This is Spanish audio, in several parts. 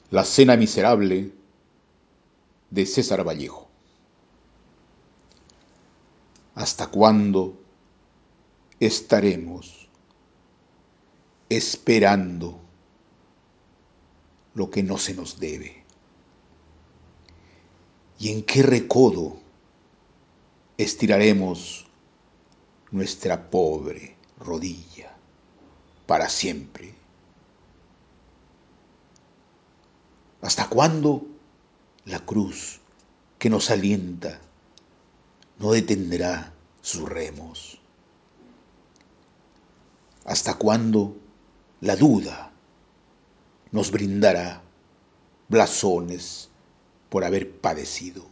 La cena miserable de César Vallejo. ¿Hasta cuándo estaremos esperando lo que no se nos debe? ¿Y en qué recodo estiraremos nuestra pobre rodilla para siempre? ¿Hasta cuándo la cruz que nos alienta no detendrá sus remos? ¿Hasta cuándo la duda nos brindará blasones por haber padecido?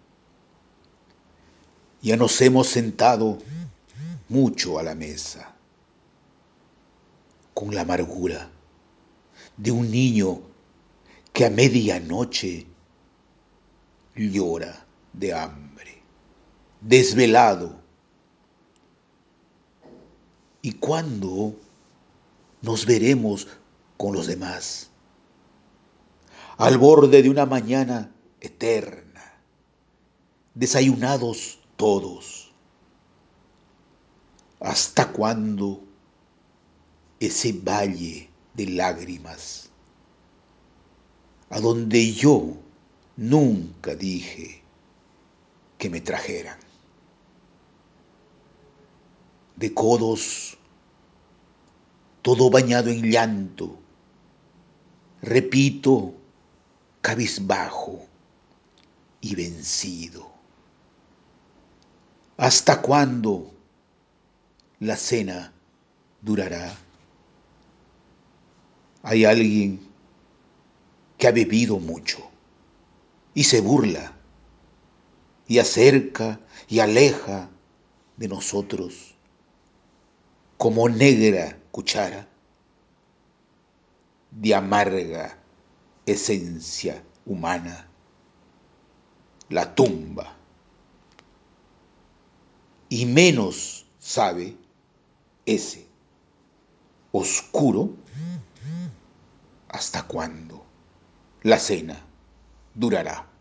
Ya nos hemos sentado mucho a la mesa con la amargura de un niño que a medianoche llora de hambre, desvelado. ¿Y cuándo nos veremos con los demás? Al borde de una mañana eterna, desayunados todos. ¿Hasta cuándo ese valle de lágrimas a donde yo nunca dije que me trajeran? De codos, todo bañado en llanto, repito, cabizbajo y vencido. ¿Hasta cuándo la cena durará? Hay alguien que ha bebido mucho y se burla y acerca y aleja de nosotros como negra cuchara de amarga esencia humana, la tumba. Y menos sabe ese oscuro hasta cuándo la cena durará.